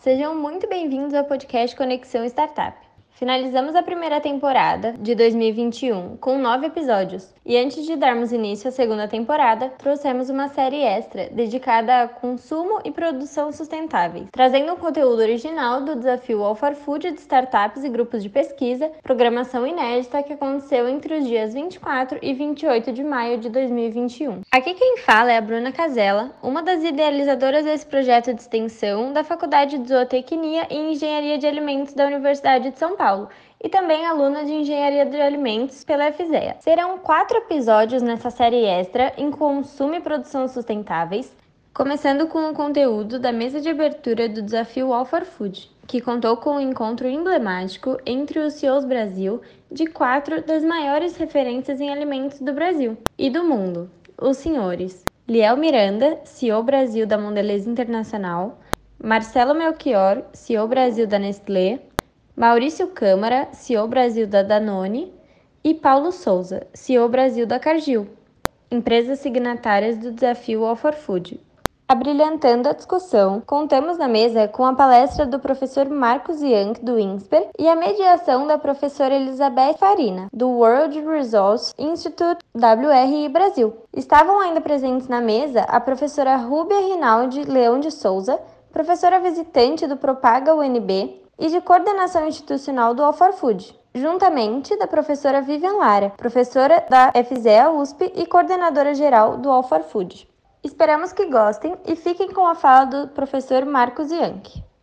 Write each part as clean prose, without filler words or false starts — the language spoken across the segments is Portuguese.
Sejam muito bem-vindos ao podcast Conexão Startup. Finalizamos a primeira temporada de 2021 com 9 episódios e antes de darmos início à segunda temporada, trouxemos uma série extra dedicada a consumo e produção sustentáveis, trazendo um conteúdo original do desafio All for Food de startups e grupos de pesquisa, programação inédita que aconteceu entre os dias 24 e 28 de maio de 2021. Aqui quem fala é a Bruna Casella, uma das idealizadoras desse projeto de extensão da Faculdade de Zootecnia e Engenharia de Alimentos da Universidade de São Paulo, e também aluna de Engenharia de Alimentos pela FZEA. Serão 4 episódios nessa série extra em consumo e produção sustentáveis, começando com o conteúdo da mesa de abertura do desafio All for Food, que contou com um encontro emblemático entre os CEOs Brasil de 4 das maiores referências em alimentos do Brasil e do mundo, os senhores Liel Miranda, CEO Brasil da Mondelez Internacional, Marcelo Melchior, CEO Brasil da Nestlé, Maurício Câmara, CEO Brasil da Danone, e Paulo Souza, CEO Brasil da Cargill, empresas signatárias do desafio All for Food. Abrilhantando a discussão, contamos na mesa com a palestra do professor Marcos Young, do INSPER, e a mediação da professora Elizabeth Farina, do World Resource Institute WRI Brasil. Estavam ainda presentes na mesa a professora Rúbia Rinaldi Leão de Souza, professora visitante do Propaga UNB, e de coordenação institucional do All for Food, juntamente da professora Vivian Lara, professora da FZEA USP e coordenadora geral do All for Food. Esperamos que gostem e fiquem com a fala do professor Marcos Young.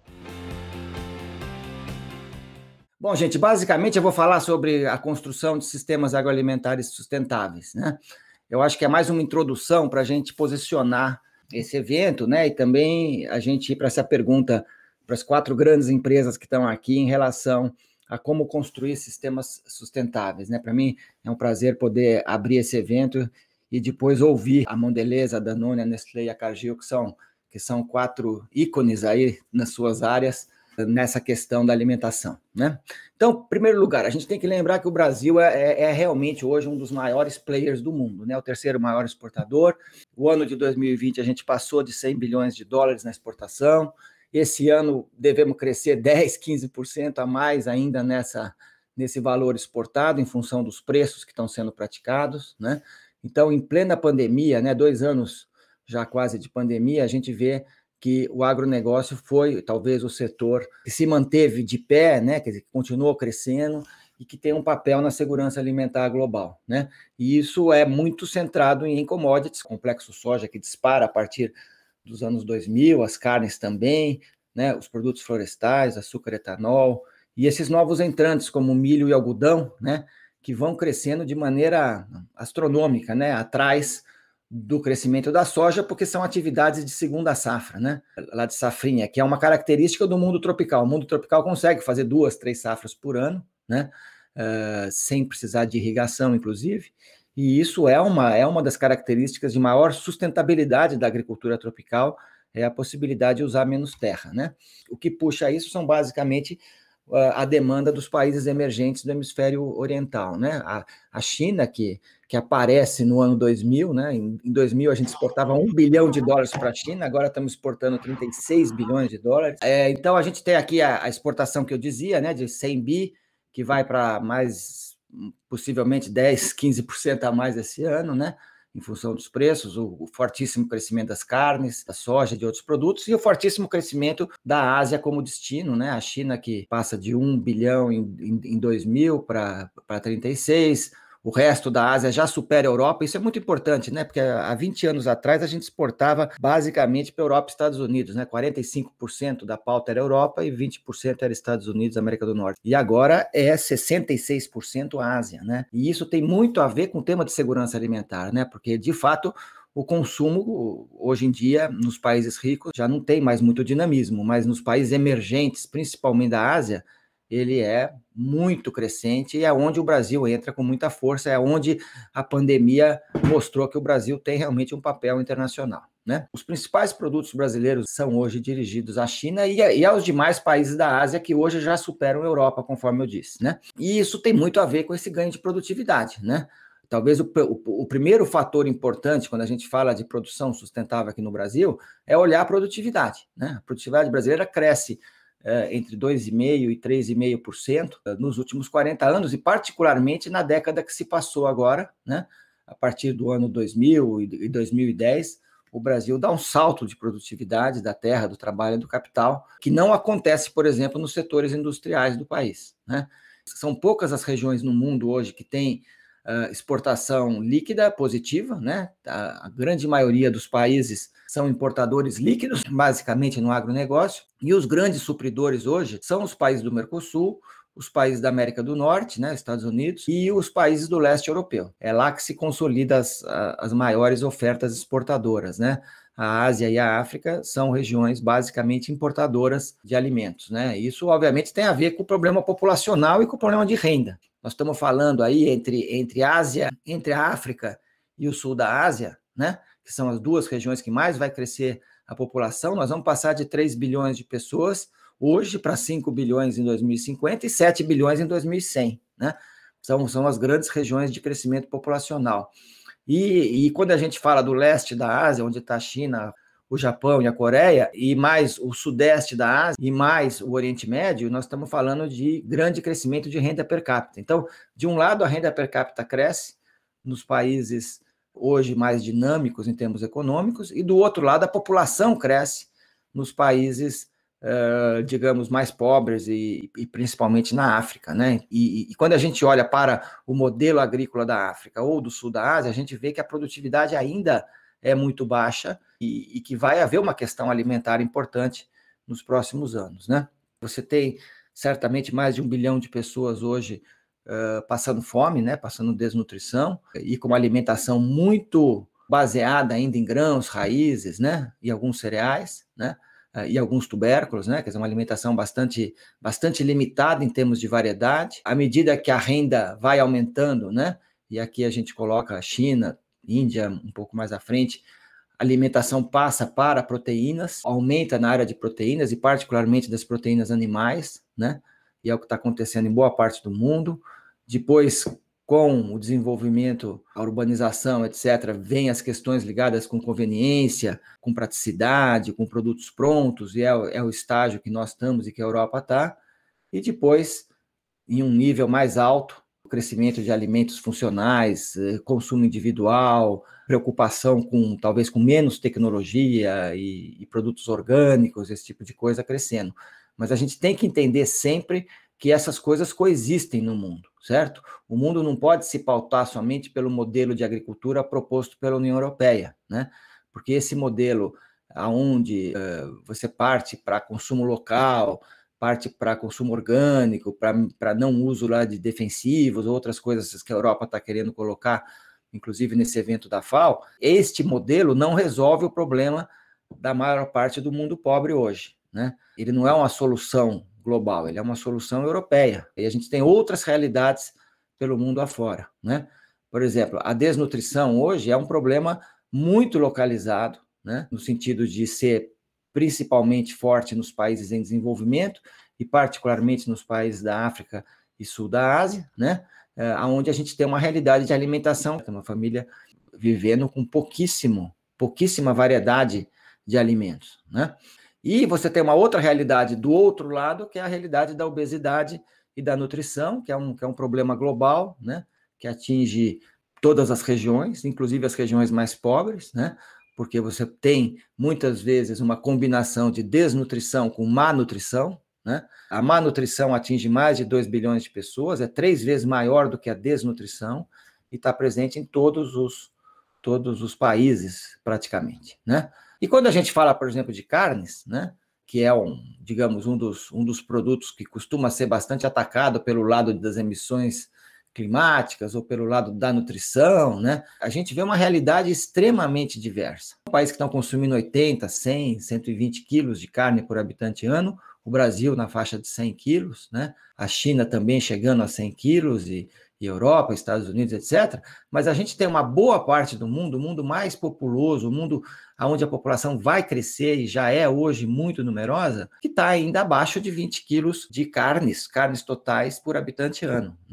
Bom, gente, basicamente eu vou falar sobre a construção de sistemas agroalimentares sustentáveis, né? Eu acho que é mais uma introdução para a gente posicionar esse evento, né? E também a gente ir para essa pergunta para as 4 grandes empresas que estão aqui em relação a como construir sistemas sustentáveis, né? Para mim é um prazer poder abrir esse evento e depois ouvir a Mondelez, a Danone, a Nestlé e a Cargill, que são 4 ícones aí nas suas áreas nessa questão da alimentação, né? Então, em primeiro lugar, a gente tem que lembrar que o Brasil é realmente hoje um dos maiores players do mundo, né? O terceiro maior exportador. O ano de 2020 a gente passou de 100 bilhões de dólares na exportação. Esse ano devemos crescer 10, 15% a mais ainda nesse valor exportado, em função dos preços que estão sendo praticados, né? Então, em plena pandemia, né, 2 anos já quase de pandemia, a gente vê que o agronegócio foi talvez o setor que se manteve de pé, né, quer dizer, que continuou crescendo e que tem um papel na segurança alimentar global, né? E isso é muito centrado em commodities, complexo soja que dispara a partir dos anos 2000, as carnes também, né, os produtos florestais, açúcar, etanol, e esses novos entrantes como milho e algodão, né, que vão crescendo de maneira astronômica, né, atrás do crescimento da soja, porque são atividades de segunda safra, né, lá de safrinha, que é uma característica do mundo tropical. O mundo tropical consegue fazer 2, 3 safras por ano, né, sem precisar de irrigação, inclusive, e isso é uma das características de maior sustentabilidade da agricultura tropical, é a possibilidade de usar menos terra, né? O que puxa isso são basicamente a demanda dos países emergentes do hemisfério oriental, né? A China, que aparece no ano 2000, né? Em 2000 a gente exportava $1 bilhão para a China, agora estamos exportando 36 bilhões de dólares. Então a gente tem aqui a exportação que eu dizia, né? De 100 bi, que vai para mais possivelmente 10, 15% a mais esse ano, né? Em função dos preços, o fortíssimo crescimento das carnes, da soja, de outros produtos, e o fortíssimo crescimento da Ásia como destino, né? A China que passa de 1 bilhão em 2000 para 36, o resto da Ásia já supera a Europa. Isso é muito importante, né? Porque há 20 anos atrás a gente exportava basicamente para a Europa e Estados Unidos, né? 45% da pauta era Europa e 20% era Estados Unidos, América do Norte. E agora é 66% Ásia, né? E isso tem muito a ver com o tema de segurança alimentar, né? Porque, de fato, o consumo, hoje em dia, nos países ricos, já não tem mais muito dinamismo, mas nos países emergentes, principalmente da Ásia, ele é muito crescente e é onde o Brasil entra com muita força, é onde a pandemia mostrou que o Brasil tem realmente um papel internacional, né? Os principais produtos brasileiros são hoje dirigidos à China e aos demais países da Ásia que hoje já superam a Europa, conforme eu disse, né? E isso tem muito a ver com esse ganho de produtividade, né? Talvez o primeiro fator importante quando a gente fala de produção sustentável aqui no Brasil é olhar a produtividade, né? A produtividade brasileira cresce entre 2,5% e 3,5% nos últimos 40 anos, e particularmente na década que se passou agora, né? A partir do ano 2000 e 2010, o Brasil dá um salto de produtividade da terra, do trabalho e do capital, que não acontece, por exemplo, nos setores industriais do país, né? São poucas as regiões no mundo hoje que têm exportação líquida positiva, né? A grande maioria dos países são importadores líquidos, basicamente no agronegócio, e os grandes supridores hoje são os países do Mercosul, os países da América do Norte, né, Estados Unidos, e os países do leste europeu. É lá que se consolidam as maiores ofertas exportadoras, né? A Ásia e a África são regiões basicamente importadoras de alimentos, né? Isso, obviamente, tem a ver com o problema populacional e com o problema de renda. Nós estamos falando aí entre a África e o sul da Ásia, né? Que são as duas regiões que mais vai crescer a população. Nós vamos passar de 3 bilhões de pessoas hoje para 5 bilhões em 2050 e 7 bilhões em 2100, né? São as grandes regiões de crescimento populacional. E quando a gente fala do leste da Ásia, onde está a China, o Japão e a Coreia, e mais o sudeste da Ásia, e mais o Oriente Médio, nós estamos falando de grande crescimento de renda per capita. Então, de um lado, a renda per capita cresce nos países hoje mais dinâmicos em termos econômicos, e do outro lado, a população cresce nos países, digamos, mais pobres e principalmente na África, né? E quando a gente olha para o modelo agrícola da África ou do sul da Ásia, a gente vê que a produtividade ainda é muito baixa e que vai haver uma questão alimentar importante nos próximos anos, né? Você tem certamente mais de 1 bilhão de pessoas hoje passando fome, né? Passando desnutrição e com uma alimentação muito baseada ainda em grãos, raízes, né? E alguns cereais, né? E alguns tubérculos, né? Quer dizer, uma alimentação bastante limitada em termos de variedade. À medida que a renda vai aumentando, né? E aqui a gente coloca a China, Índia um pouco mais à frente, a alimentação passa para proteínas, aumenta na área de proteínas e particularmente das proteínas animais, né? E é o que está acontecendo em boa parte do mundo. Depois, com o desenvolvimento, a urbanização, etc., vem as questões ligadas com conveniência, com praticidade, com produtos prontos, e é o estágio que nós estamos e que a Europa está. E depois, em um nível mais alto, o crescimento de alimentos funcionais, consumo individual, preocupação talvez com menos tecnologia e produtos orgânicos, esse tipo de coisa crescendo. Mas a gente tem que entender sempre que essas coisas coexistem no mundo, certo? O mundo não pode se pautar somente pelo modelo de agricultura proposto pela União Europeia, né? Porque esse modelo onde você parte para consumo local, parte para consumo orgânico, para não uso lá de defensivos, outras coisas que a Europa está querendo colocar, inclusive nesse evento da FAO, este modelo não resolve o problema da maior parte do mundo pobre hoje, né? Ele não é uma solução global, ele é uma solução europeia. E a gente tem outras realidades pelo mundo afora, né? Por exemplo, a desnutrição hoje é um problema muito localizado, né? No sentido de ser principalmente forte nos países em desenvolvimento e particularmente nos países da África e sul da Ásia, né? Onde a gente tem uma realidade de alimentação, uma família vivendo com pouquíssima variedade de alimentos, né? E você tem uma outra realidade do outro lado, que é a realidade da obesidade e da nutrição, que é um problema global, né? Que atinge todas as regiões, inclusive as regiões mais pobres, né? Porque você tem, muitas vezes, uma combinação de desnutrição com má nutrição, né? A má nutrição atinge mais de 2 bilhões de pessoas, é 3 vezes maior do que a desnutrição, e está presente em todos os países, praticamente, né? E quando a gente fala, por exemplo, de carnes, né? Que é digamos, um dos produtos que costuma ser bastante atacado pelo lado das emissões climáticas ou pelo lado da nutrição, né? A gente vê uma realidade extremamente diversa. Países que estão consumindo 80, 100, 120 quilos de carne por habitante ano, o Brasil na faixa de 100 quilos, né? A China também chegando a 100 quilos e Europa, Estados Unidos, etc. Mas a gente tem uma boa parte do mundo, o mundo mais populoso, o mundo onde a população vai crescer e já é hoje muito numerosa, que está ainda abaixo de 20 quilos de carnes totais por habitante ano, né?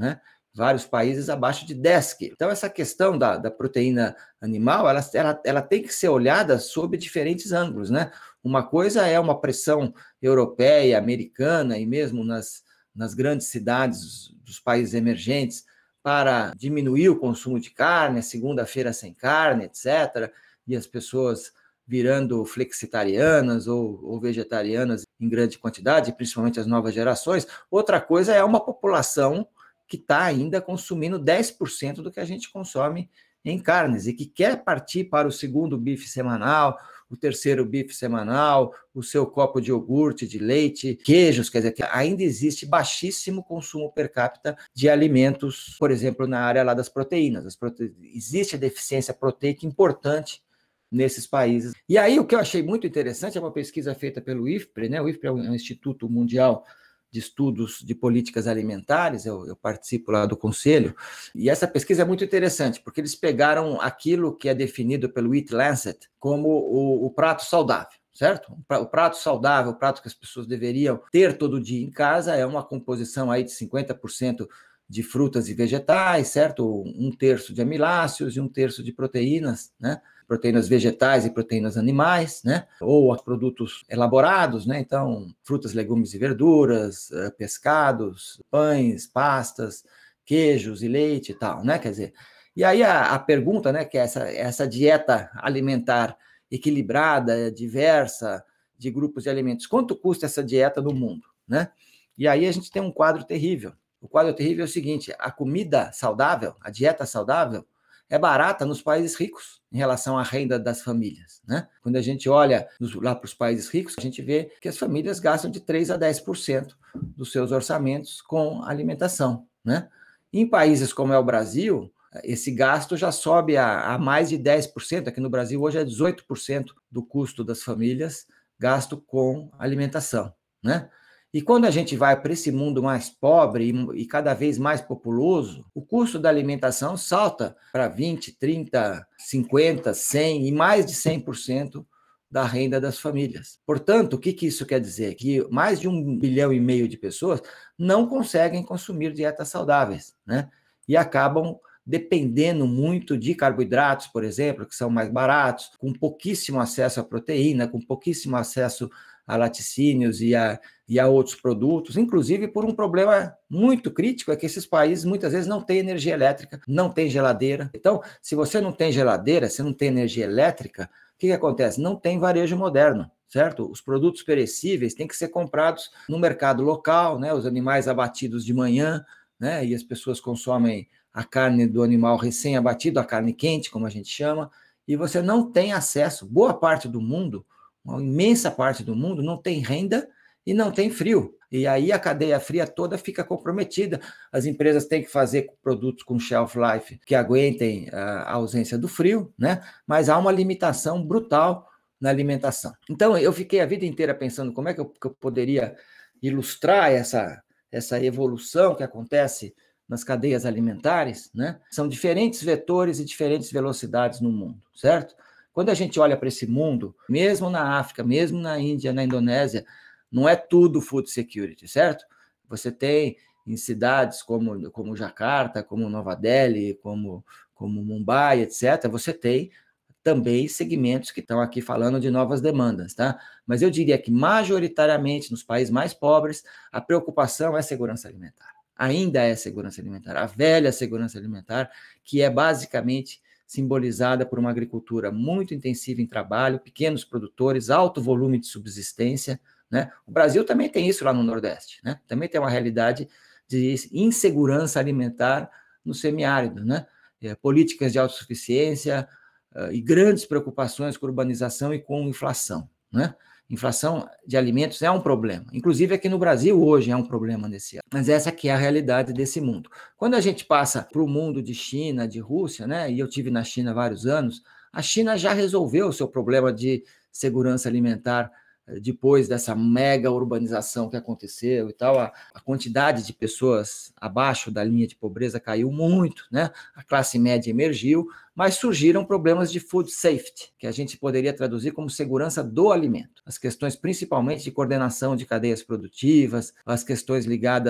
vários países abaixo de 10 quilos. Então, essa questão da proteína animal, ela tem que ser olhada sob diferentes ângulos, né? Uma coisa é uma pressão europeia, americana e mesmo nas grandes cidades dos países emergentes para diminuir o consumo de carne, a segunda-feira sem carne, etc., e as pessoas virando flexitarianas ou vegetarianas em grande quantidade, principalmente as novas gerações. Outra coisa é uma população que está ainda consumindo 10% do que a gente consome em carnes e que quer partir para o segundo bife semanal, o terceiro bife semanal, o seu copo de iogurte, de leite, queijos, quer dizer, que ainda existe baixíssimo consumo per capita de alimentos, por exemplo, na área lá das proteínas. Existe a deficiência proteica importante nesses países. E aí o que eu achei muito interessante é uma pesquisa feita pelo IFPRI, né? O IFPRI é um Instituto Mundial de Estudos de Políticas Alimentares, eu participo lá do conselho, e essa pesquisa é muito interessante, porque eles pegaram aquilo que é definido pelo Eat Lancet como o prato saudável, certo? O prato saudável, o prato que as pessoas deveriam ter todo dia em casa, é uma composição aí de 50% de frutas e vegetais, certo? 1/3 de amiláceos e 1/3 de proteínas, né? Proteínas vegetais e proteínas animais, né? Ou produtos elaborados, né? Então, frutas, legumes e verduras, pescados, pães, pastas, queijos e leite e tal, né? Quer dizer, e aí a pergunta, né, que é essa dieta alimentar equilibrada, diversa, de grupos de alimentos, quanto custa essa dieta no mundo, né? E aí a gente tem um quadro terrível. O quadro terrível é o seguinte: a comida saudável, a dieta saudável, é barata nos países ricos em relação à renda das famílias, né? Quando a gente olha lá para os países ricos, a gente vê que as famílias gastam de 3 a 10% dos seus orçamentos com alimentação, né? Em países como é o Brasil, esse gasto já sobe a mais de 10%. Aqui no Brasil, hoje é 18% do custo das famílias gasto com alimentação, né? E quando a gente vai para esse mundo mais pobre e cada vez mais populoso, o custo da alimentação salta para 20, 30, 50, 100 e mais de 100% da renda das famílias. Portanto, o que isso quer dizer? Que mais de 1,5 bilhão de pessoas não conseguem consumir dietas saudáveis, né? E acabam dependendo muito de carboidratos, por exemplo, que são mais baratos, com pouquíssimo acesso à proteína, com pouquíssimo acesso a laticínios e a outros produtos, inclusive por um problema muito crítico, é que esses países muitas vezes não têm energia elétrica, não têm geladeira. Então, se você não tem geladeira, se não tem energia elétrica, o que acontece? Não tem varejo moderno, certo? Os produtos perecíveis têm que ser comprados no mercado local, né? Os animais abatidos de manhã, né? E as pessoas consomem a carne do animal recém-abatido, a carne quente, como a gente chama, e você não tem acesso. Boa parte do mundo, uma imensa parte do mundo, não tem renda e não tem frio. E aí a cadeia fria toda fica comprometida. As empresas têm que fazer produtos com shelf life que aguentem a ausência do frio, né? Mas há uma limitação brutal na alimentação. Então, eu fiquei a vida inteira pensando como é que eu poderia ilustrar essa evolução que acontece nas cadeias alimentares, né? São diferentes vetores e diferentes velocidades no mundo, certo? Quando a gente olha para esse mundo, mesmo na África, mesmo na Índia, na Indonésia, não é tudo food security, certo? Você tem em cidades como Jakarta, como Nova Delhi, como Mumbai, etc., você tem também segmentos que estão aqui falando de novas demandas, tá? Mas eu diria que, majoritariamente, nos países mais pobres, a preocupação é segurança alimentar. Ainda é segurança alimentar, a velha segurança alimentar, que é basicamente simbolizada por uma agricultura muito intensiva em trabalho, pequenos produtores, alto volume de subsistência, né? O Brasil também tem isso lá no Nordeste, né? Também tem uma realidade de insegurança alimentar no semiárido, né? Políticas de autossuficiência e grandes preocupações com urbanização e com inflação, né? Inflação de alimentos é um problema. Inclusive aqui no Brasil hoje é um problema nesse ano. Mas essa aqui é a realidade desse mundo. Quando a gente passa para o mundo de China, de Rússia, né? E eu tive na China há vários anos, a China já resolveu o seu problema de segurança alimentar depois dessa mega urbanização que aconteceu e tal. A quantidade de pessoas abaixo da linha de pobreza caiu muito, né? A classe média emergiu, mas surgiram problemas de food safety, que a gente poderia traduzir como segurança do alimento. As questões principalmente de coordenação de cadeias produtivas, as questões ligadas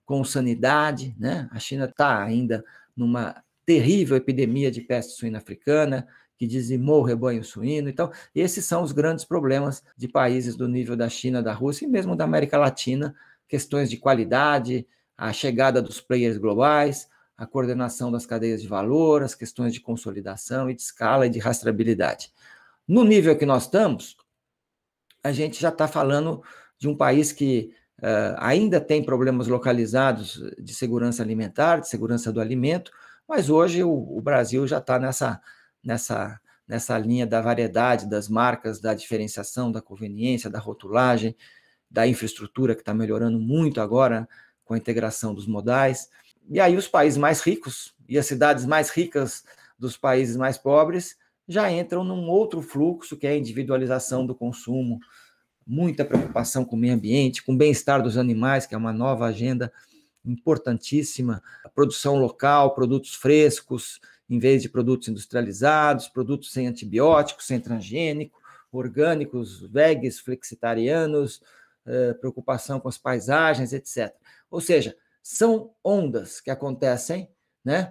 com sanidade, né? A China está ainda numa terrível epidemia de peste suína africana, que dizimou o rebanho suíno. Então, esses são os grandes problemas de países do nível da China, da Rússia e mesmo da América Latina, questões de qualidade, a chegada dos players globais, a coordenação das cadeias de valor, as questões de consolidação e de escala e de rastreabilidade. No nível que nós estamos, a gente já está falando de um país que ainda tem problemas localizados de segurança alimentar, de segurança do alimento, mas hoje o Brasil já está nessa linha da variedade das marcas, da diferenciação, da conveniência, da rotulagem, da infraestrutura que está melhorando muito agora com a integração dos modais. E aí os países mais ricos e as cidades mais ricas dos países mais pobres já entram num outro fluxo, que é a individualização do consumo, muita preocupação com o meio ambiente, com o bem-estar dos animais, que é uma nova agenda importantíssima, a produção local, produtos frescos, em vez de produtos industrializados, produtos sem antibióticos, sem transgênico, orgânicos, vegas, flexitarianos, preocupação com as paisagens, etc. Ou seja, são ondas que acontecem, né?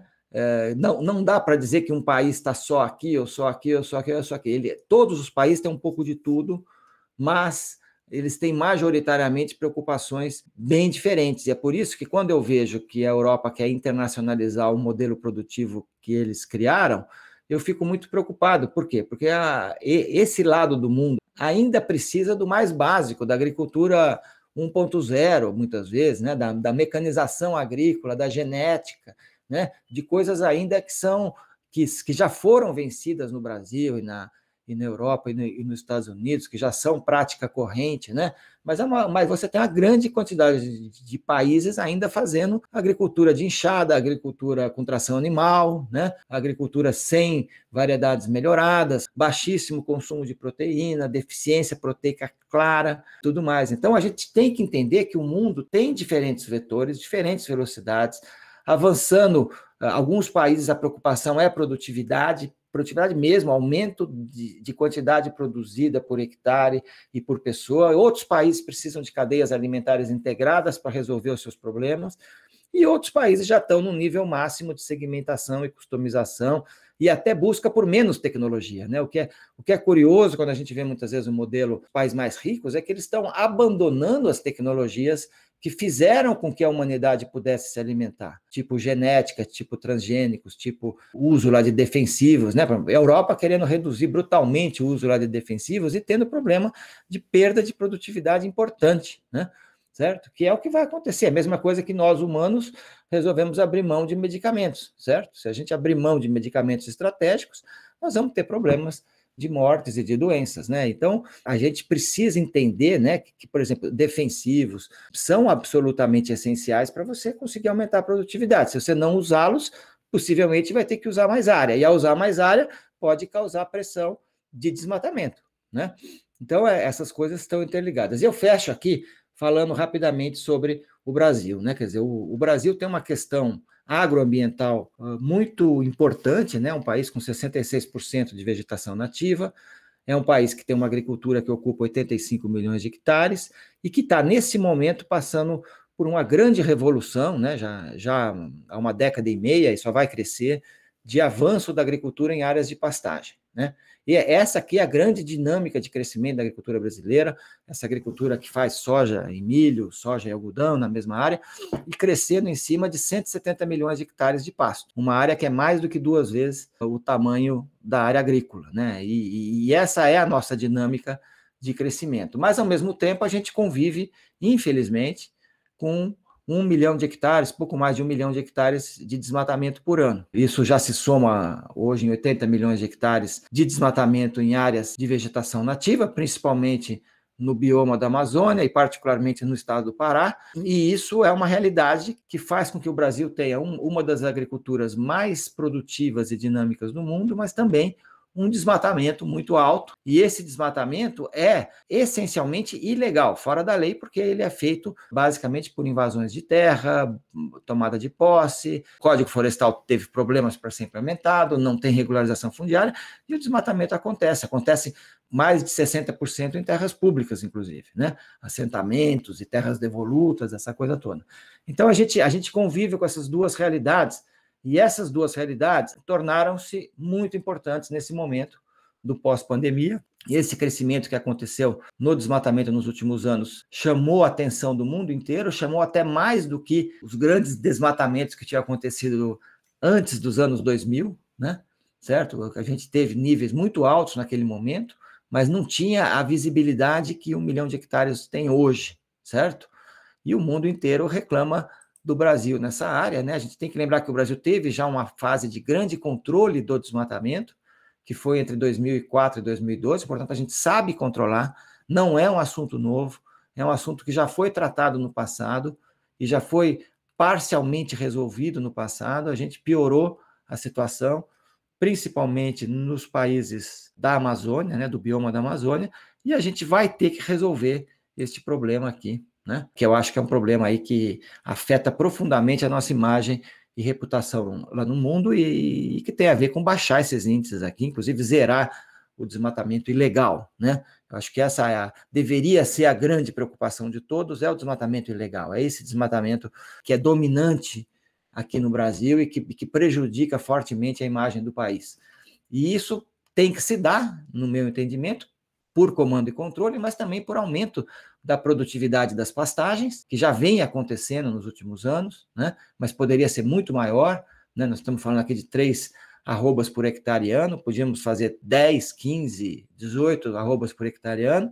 Não dá para dizer que um país está só aqui, ou só aqui, ou só aqui, ou só aqui. Todos os países têm um pouco de tudo, mas eles têm majoritariamente preocupações bem diferentes. E é por isso que quando eu vejo que a Europa quer internacionalizar o modelo produtivo que eles criaram, eu fico muito preocupado. Por quê? Porque esse lado do mundo ainda precisa do mais básico, da agricultura 1.0, muitas vezes, né? da mecanização agrícola, da genética, né? De coisas ainda que já foram vencidas no Brasil e na Europa e nos Estados Unidos, que já são prática corrente, né? Mas você tem uma grande quantidade de países ainda fazendo agricultura de enxada, agricultura com tração animal, né? Agricultura sem variedades melhoradas, baixíssimo consumo de proteína, deficiência proteica clara, tudo mais. Então, a gente tem que entender que o mundo tem diferentes vetores, diferentes velocidades, avançando. Alguns países a preocupação é produtividade mesmo, aumento de quantidade produzida por hectare e por pessoa. Outros países precisam de cadeias alimentares integradas para resolver os seus problemas, e outros países já estão no nível máximo de segmentação e customização e até busca por menos tecnologia, né? O que é curioso quando a gente vê muitas vezes o modelo países mais ricos é que eles estão abandonando as tecnologias que fizeram com que a humanidade pudesse se alimentar, tipo genética, tipo transgênicos, tipo uso lá de defensivos, né? A Europa querendo reduzir brutalmente o uso lá de defensivos e tendo problema de perda de produtividade importante, né? Certo? Que é o que vai acontecer. A mesma coisa que nós, humanos, resolvemos abrir mão de medicamentos, certo? Se a gente abrir mão de medicamentos estratégicos, nós vamos ter problemas de mortes e de doenças, né? Então, a gente precisa entender, né, que, por exemplo, defensivos são absolutamente essenciais para você conseguir aumentar a produtividade. Se você não usá-los, possivelmente vai ter que usar mais área. E ao usar mais área, pode causar pressão de desmatamento, né? Então, essas coisas estão interligadas. E eu fecho aqui falando rapidamente sobre o Brasil, né? Quer dizer, o Brasil tem uma questão agroambiental muito importante, né? Um país com 66% de vegetação nativa, é um país que tem uma agricultura que ocupa 85 milhões de hectares e que está, nesse momento, passando por uma grande revolução, né? Já há uma década e meia, e só vai crescer, de avanço da agricultura em áreas de pastagem, né? E essa aqui é a grande dinâmica de crescimento da agricultura brasileira, essa agricultura que faz soja e milho, soja e algodão na mesma área, e crescendo em cima de 170 milhões de hectares de pasto, uma área que é mais do que 2 vezes o tamanho da área agrícola, né? E essa é a nossa dinâmica de crescimento. Mas, ao mesmo tempo, a gente convive, infelizmente, com 1 milhão de hectares, pouco mais de 1 milhão de hectares de desmatamento por ano. Isso já se soma hoje em 80 milhões de hectares de desmatamento em áreas de vegetação nativa, principalmente no bioma da Amazônia e particularmente no estado do Pará, e isso é uma realidade que faz com que o Brasil tenha uma das agriculturas mais produtivas e dinâmicas do mundo, mas também um desmatamento muito alto, e esse desmatamento é essencialmente ilegal, fora da lei, porque ele é feito basicamente por invasões de terra, tomada de posse, o Código Florestal teve problemas para ser implementado, não tem regularização fundiária, e o desmatamento acontece mais de 60% em terras públicas, inclusive, né? Assentamentos e terras devolutas, essa coisa toda. Então, a gente convive com essas duas realidades, e essas duas realidades tornaram-se muito importantes nesse momento do pós-pandemia. Esse crescimento que aconteceu no desmatamento nos últimos anos chamou a atenção do mundo inteiro, chamou até mais do que os grandes desmatamentos que tinham acontecido antes dos anos 2000, né? Certo? A gente teve níveis muito altos naquele momento, mas não tinha a visibilidade que 1 milhão de hectares tem hoje, certo? E o mundo inteiro reclama do Brasil nessa área, né? A gente tem que lembrar que o Brasil teve já uma fase de grande controle do desmatamento, que foi entre 2004 e 2012, portanto, a gente sabe controlar, não é um assunto novo, é um assunto que já foi tratado no passado e já foi parcialmente resolvido no passado, a gente piorou a situação, principalmente nos países da Amazônia, né, do bioma da Amazônia, e a gente vai ter que resolver este problema aqui, né, que eu acho que é um problema aí que afeta profundamente a nossa imagem e reputação lá no mundo e que tem a ver com baixar esses índices aqui, inclusive zerar o desmatamento ilegal, né? Eu acho que essa deveria ser a grande preocupação de todos, é o desmatamento ilegal, é esse desmatamento que é dominante aqui no Brasil e que prejudica fortemente a imagem do país. E isso tem que se dar, no meu entendimento, por comando e controle, mas também por aumento da produtividade das pastagens, que já vem acontecendo nos últimos anos, né? Mas poderia ser muito maior, né? Nós estamos falando aqui de 3 arrobas por hectare ano, podíamos fazer 10, 15, 18 arrobas por hectare ano,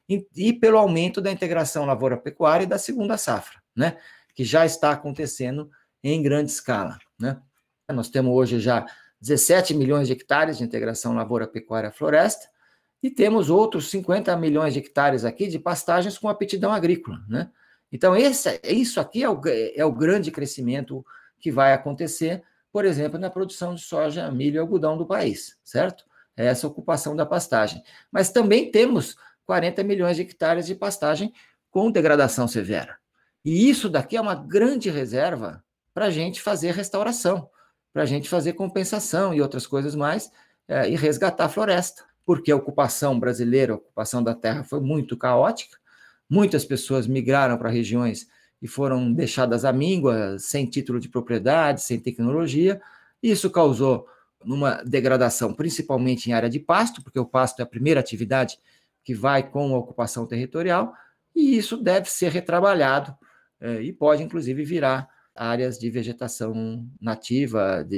e pelo aumento da integração lavoura-pecuária e da segunda safra, né? Que já está acontecendo em grande escala, né? Nós temos hoje já 17 milhões de hectares de integração lavoura-pecuária-floresta, e temos outros 50 milhões de hectares aqui de pastagens com aptidão agrícola, né? Então, isso aqui é o grande crescimento que vai acontecer, por exemplo, na produção de soja, milho e algodão do país, certo? É essa ocupação da pastagem. Mas também temos 40 milhões de hectares de pastagem com degradação severa. E isso daqui é uma grande reserva para a gente fazer restauração, para a gente fazer compensação e outras coisas mais, e resgatar a floresta, porque a ocupação brasileira, a ocupação da terra foi muito caótica, muitas pessoas migraram para regiões e foram deixadas à míngua, sem título de propriedade, sem tecnologia, e isso causou uma degradação, principalmente em área de pasto, porque o pasto é a primeira atividade que vai com a ocupação territorial, e isso deve ser retrabalhado, e pode, inclusive, virar áreas de vegetação nativa,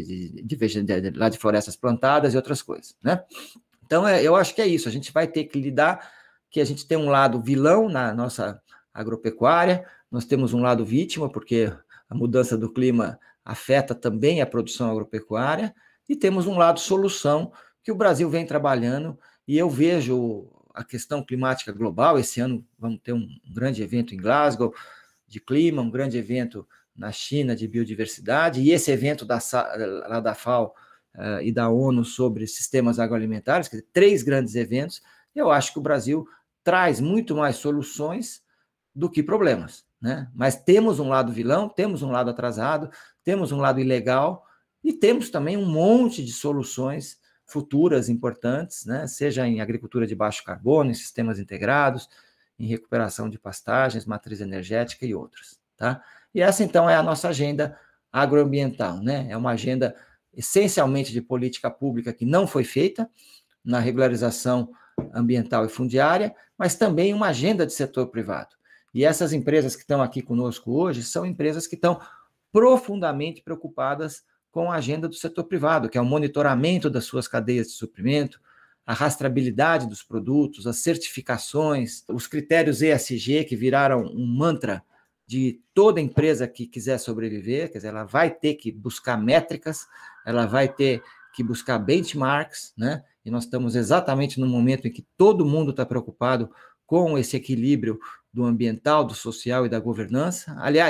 lá de florestas plantadas e outras coisas, né? Então, eu acho que é isso, a gente vai ter que lidar, que a gente tem um lado vilão na nossa agropecuária, nós temos um lado vítima, porque a mudança do clima afeta também a produção agropecuária, e temos um lado solução, que o Brasil vem trabalhando, e eu vejo a questão climática global, esse ano vamos ter um grande evento em Glasgow, de clima, um grande evento na China de biodiversidade, e esse evento lá da FAO e da ONU sobre sistemas agroalimentares, quer dizer, 3 grandes eventos, eu acho que o Brasil traz muito mais soluções do que problemas, né? Mas temos um lado vilão, temos um lado atrasado, temos um lado ilegal, e temos também um monte de soluções futuras importantes, né? Seja em agricultura de baixo carbono, em sistemas integrados, em recuperação de pastagens, matriz energética e outras, tá? E essa, então, é a nossa agenda agroambiental, né? É uma agenda essencialmente de política pública que não foi feita na regularização ambiental e fundiária, mas também uma agenda de setor privado. E essas empresas que estão aqui conosco hoje são empresas que estão profundamente preocupadas com a agenda do setor privado, que é o monitoramento das suas cadeias de suprimento, a rastreabilidade dos produtos, as certificações, os critérios ESG, que viraram um mantra de toda empresa que quiser sobreviver, quer dizer, ela vai ter que buscar métricas, ela vai ter que buscar benchmarks, né? E nós estamos exatamente no momento em que todo mundo está preocupado com esse equilíbrio do ambiental, do social e da governança. Aliás,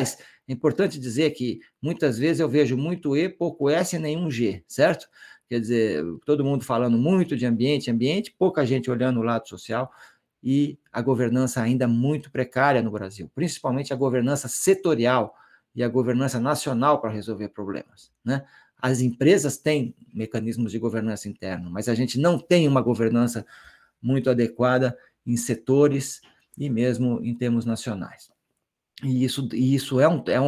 É importante dizer que muitas vezes eu vejo muito E, pouco S e nenhum G, certo? Quer dizer, todo mundo falando muito de ambiente, pouca gente olhando o lado social e a governança ainda muito precária no Brasil, principalmente a governança setorial e a governança nacional para resolver problemas, né? As empresas têm mecanismos de governança interna, mas a gente não tem uma governança muito adequada em setores e mesmo em termos nacionais. E isso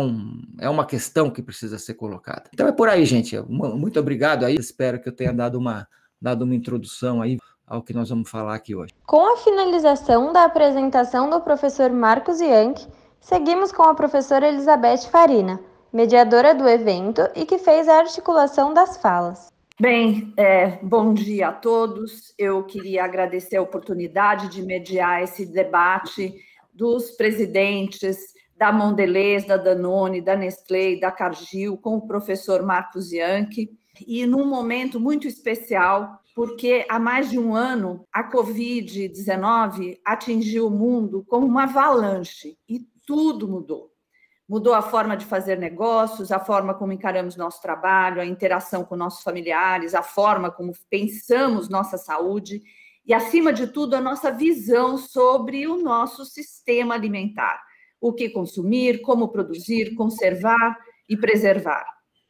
é uma questão que precisa ser colocada. Então é por aí, gente. Muito obrigado aí. Espero que eu tenha dado uma introdução aí ao que nós vamos falar aqui hoje. Com a finalização da apresentação do professor Marcos Yankee, seguimos com a professora Elizabeth Farina, mediadora do evento e que fez a articulação das falas. Bem, bom dia a todos. Eu queria agradecer a oportunidade de mediar esse debate dos presidentes da Mondelez, da Danone, da Nestlé e da Cargill, com o professor Marcos Yankee, e num momento muito especial, porque há mais de um ano a Covid-19 atingiu o mundo como uma avalanche e tudo mudou. Mudou a forma de fazer negócios, a forma como encaramos nosso trabalho, a interação com nossos familiares, a forma como pensamos nossa saúde e, acima de tudo, a nossa visão sobre o nosso sistema alimentar. O que consumir, como produzir, conservar e preservar.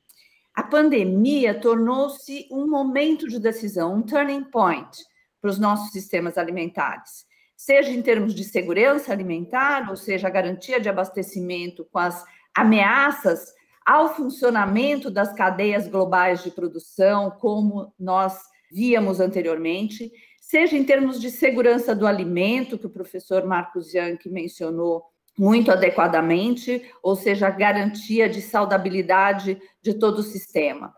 A pandemia tornou-se um momento de decisão, um turning point para os nossos sistemas alimentares, seja em termos de segurança alimentar, ou seja, a garantia de abastecimento com as ameaças ao funcionamento das cadeias globais de produção, como nós víamos anteriormente, seja em termos de segurança do alimento, que o professor Marcos Yankee mencionou muito adequadamente, ou seja, a garantia de saudabilidade de todo o sistema.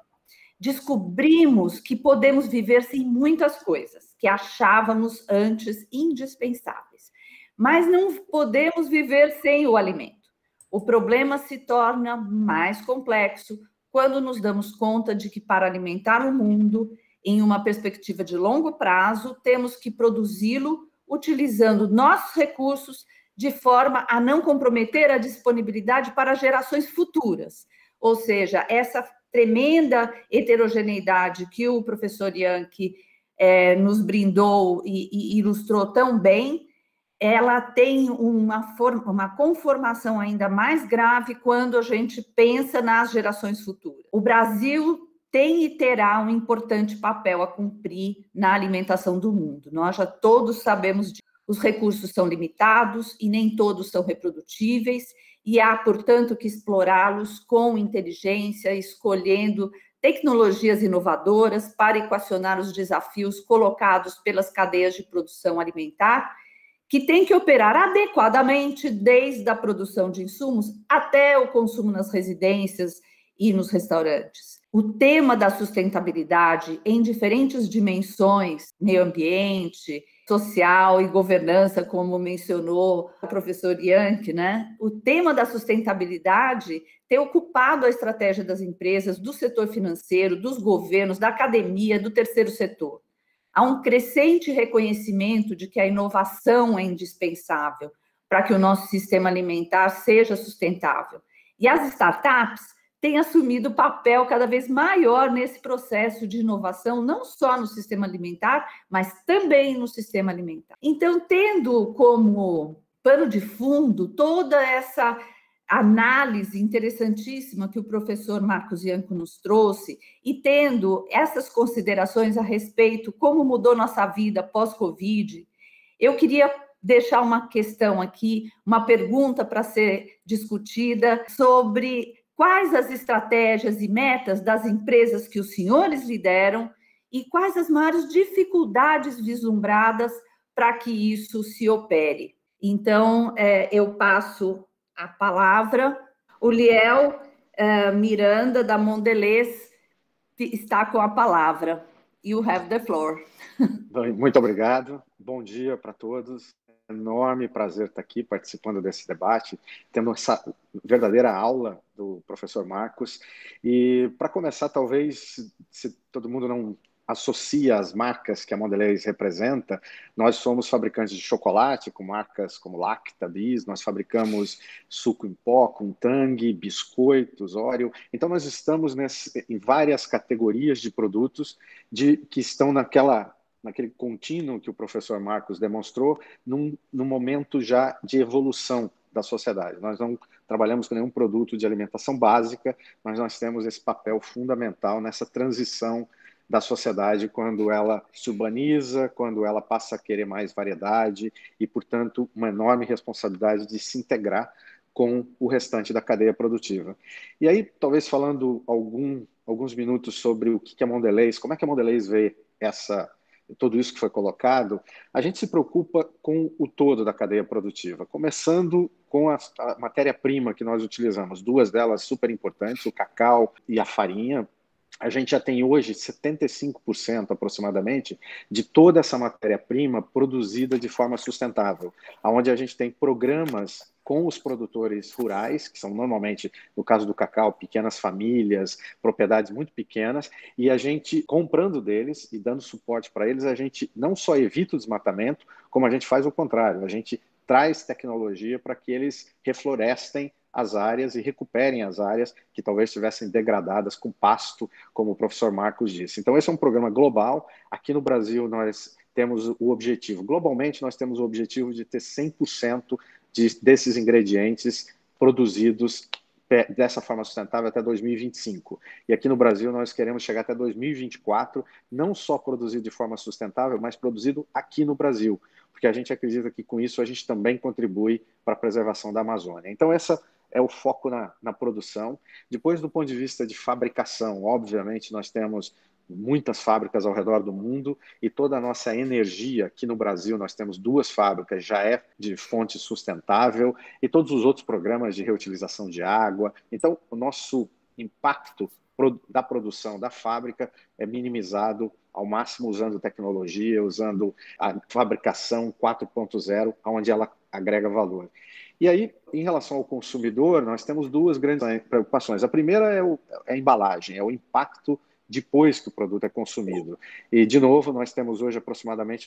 Descobrimos que podemos viver sem muitas coisas que achávamos antes indispensáveis, mas não podemos viver sem o alimento. O problema se torna mais complexo quando nos damos conta de que, para alimentar o mundo, em uma perspectiva de longo prazo, temos que produzi-lo utilizando nossos recursos de forma a não comprometer a disponibilidade para gerações futuras. Ou seja, essa tremenda heterogeneidade que o professor Yankee nos brindou e ilustrou tão bem, ela tem uma conformação ainda mais grave quando a gente pensa nas gerações futuras. O Brasil tem e terá um importante papel a cumprir na alimentação do mundo. Nós já todos sabemos disso. Os recursos são limitados e nem todos são reprodutíveis, e há, portanto, que explorá-los com inteligência, escolhendo tecnologias inovadoras para equacionar os desafios colocados pelas cadeias de produção alimentar, que têm que operar adequadamente desde a produção de insumos até o consumo nas residências e nos restaurantes. O tema da sustentabilidade em diferentes dimensões, meio ambiente, social e governança, como mencionou o professor Yankee, né? O tema da sustentabilidade tem ocupado a estratégia das empresas, do setor financeiro, dos governos, da academia, do terceiro setor. Há um crescente reconhecimento de que a inovação é indispensável para que o nosso sistema alimentar seja sustentável. E as startups têm assumido papel cada vez maior nesse processo de inovação, não só no sistema alimentar, mas também no sistema alimentar. Então, tendo como pano de fundo toda essa análise interessantíssima que o professor Marcos Yankee nos trouxe, e tendo essas considerações a respeito como mudou nossa vida pós-Covid, eu queria deixar uma questão aqui, uma pergunta para ser discutida sobre quais as estratégias e metas das empresas que os senhores lideram e quais as maiores dificuldades vislumbradas para que isso se opere. Então, eu passo a palavra. O Liel Miranda, da Mondelez, está com a palavra. You have the floor. Muito obrigado. Bom dia para todos. Enorme prazer estar aqui participando desse debate, tendo essa verdadeira aula do professor Marcos. E para começar, talvez, se todo mundo não associa as marcas que a Mondelez representa, nós somos fabricantes de chocolate com marcas como Lacta, Bis, nós fabricamos suco em pó com Tang, biscoitos, Oreo. Então nós estamos em várias categorias de produtos que estão naquele contínuo que o professor Marcos demonstrou, num momento já de evolução da sociedade. Nós não trabalhamos com nenhum produto de alimentação básica, mas nós temos esse papel fundamental nessa transição da sociedade quando ela se urbaniza, quando ela passa a querer mais variedade e, portanto, uma enorme responsabilidade de se integrar com o restante da cadeia produtiva. E aí, talvez falando alguns minutos sobre o que é a Mondelez, como é que a Mondelez vê tudo isso que foi colocado, a gente se preocupa com o todo da cadeia produtiva, começando com a matéria-prima que nós utilizamos, duas delas super importantes, o cacau e a farinha. A gente já tem hoje 75% aproximadamente de toda essa matéria-prima produzida de forma sustentável, onde a gente tem programas com os produtores rurais, que são normalmente, no caso do cacau, pequenas famílias, propriedades muito pequenas, e a gente, comprando deles e dando suporte para eles, a gente não só evita o desmatamento, como a gente faz o contrário, a gente traz tecnologia para que eles reflorestem as áreas e recuperem as áreas que talvez estivessem degradadas com pasto, como o professor Marcos disse. Então, esse é um programa global. Aqui no Brasil, nós temos o objetivo, globalmente, nós temos o objetivo de ter 100% desses ingredientes produzidos dessa forma sustentável até 2025. E aqui no Brasil, nós queremos chegar até 2024, não só produzido de forma sustentável, mas produzido aqui no Brasil, porque a gente acredita que com isso a gente também contribui para a preservação da Amazônia. Então, essa é o foco na produção. Depois, do ponto de vista de fabricação, obviamente, nós temos muitas fábricas ao redor do mundo e toda a nossa energia aqui no Brasil, nós temos 2 fábricas, já é de fonte sustentável e todos os outros programas de reutilização de água. Então, o nosso impacto da produção da fábrica é minimizado ao máximo usando tecnologia, usando a fabricação 4.0, onde ela agrega valor. E aí, em relação ao consumidor, nós temos 2 grandes preocupações. A primeira é a embalagem, é o impacto depois que o produto é consumido. E, de novo, nós temos hoje aproximadamente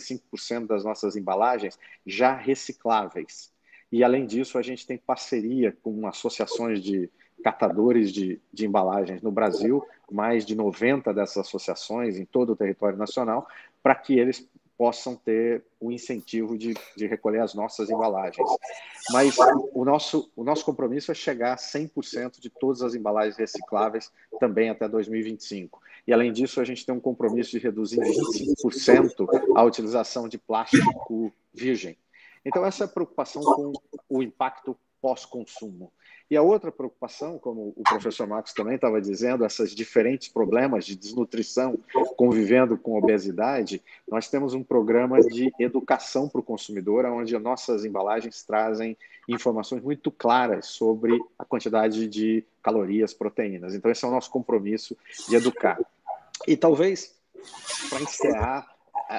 95% das nossas embalagens já recicláveis. E, além disso, a gente tem parceria com associações de catadores de embalagens no Brasil, mais de 90 dessas associações em todo o território nacional, para que eles possam ter o incentivo de recolher as nossas embalagens. Mas o nosso compromisso é chegar a 100% de todas as embalagens recicláveis também até 2025. E, além disso, a gente tem um compromisso de reduzir em 25% a utilização de plástico virgem. Então, essa é a preocupação com o impacto pós-consumo. E a outra preocupação, como o professor Marcos também estava dizendo, esses diferentes problemas de desnutrição convivendo com obesidade, nós temos um programa de educação para o consumidor, onde nossas embalagens trazem informações muito claras sobre a quantidade de calorias, proteínas. Então, esse é o nosso compromisso de educar. E talvez, para encerrar,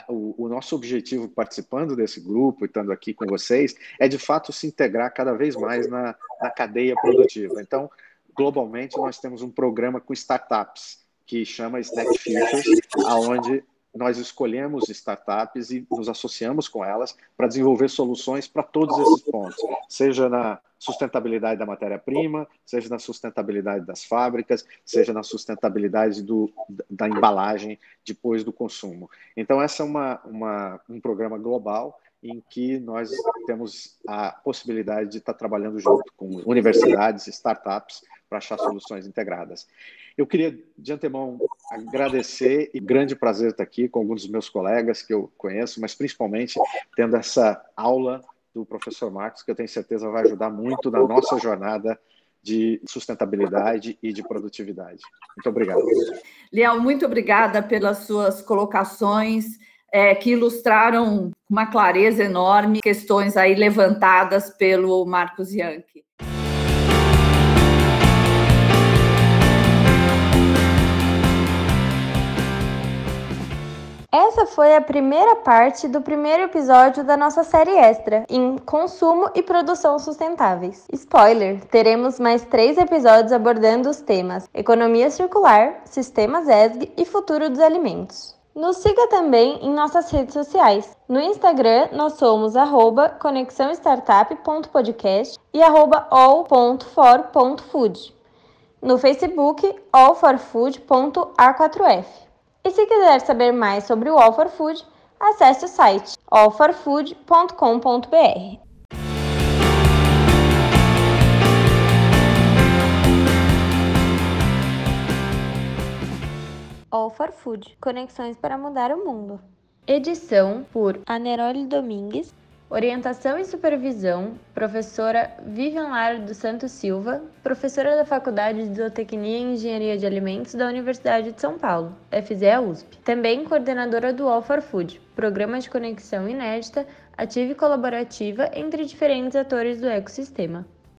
o nosso objetivo participando desse grupo e estando aqui com vocês é, de fato, se integrar cada vez mais na cadeia produtiva. Então, globalmente, nós temos um programa com startups que chama Snack Futures, onde nós escolhemos startups e nos associamos com elas para desenvolver soluções para todos esses pontos, seja na sustentabilidade da matéria-prima, seja na sustentabilidade das fábricas, seja na sustentabilidade da embalagem depois do consumo. Então, essa é um programa global em que nós temos a possibilidade de estar trabalhando junto com universidades, startups, para achar soluções integradas. Eu queria, de antemão, agradecer e grande prazer estar aqui com alguns dos meus colegas que eu conheço, mas principalmente tendo essa aula do professor Marcos, que eu tenho certeza vai ajudar muito na nossa jornada de sustentabilidade e de produtividade. Muito obrigado. Liel, muito obrigada pelas suas colocações, que ilustraram com uma clareza enorme questões aí levantadas pelo Marcos Yancke. Essa foi a primeira parte do primeiro episódio da nossa série extra em consumo e produção sustentáveis. Spoiler, teremos mais 3 episódios abordando os temas economia circular, sistemas ESG e futuro dos alimentos. Nos siga também em nossas redes sociais. No Instagram, nós somos @conexãostartup.podcast e @all.for.food. No Facebook, allforfood.a4f. E se quiser saber mais sobre o All for Food, acesse o site allforfood.com.br. All for Food, conexões para mudar o mundo. Edição por Aneroli Domingues. Orientação e supervisão, professora Vivian Lara dos Santos Silva, professora da Faculdade de Zootecnia e Engenharia de Alimentos da Universidade de São Paulo, FZE-USP. Também coordenadora do All for Food, programa de conexão inédita, ativa e colaborativa entre diferentes atores do ecossistema.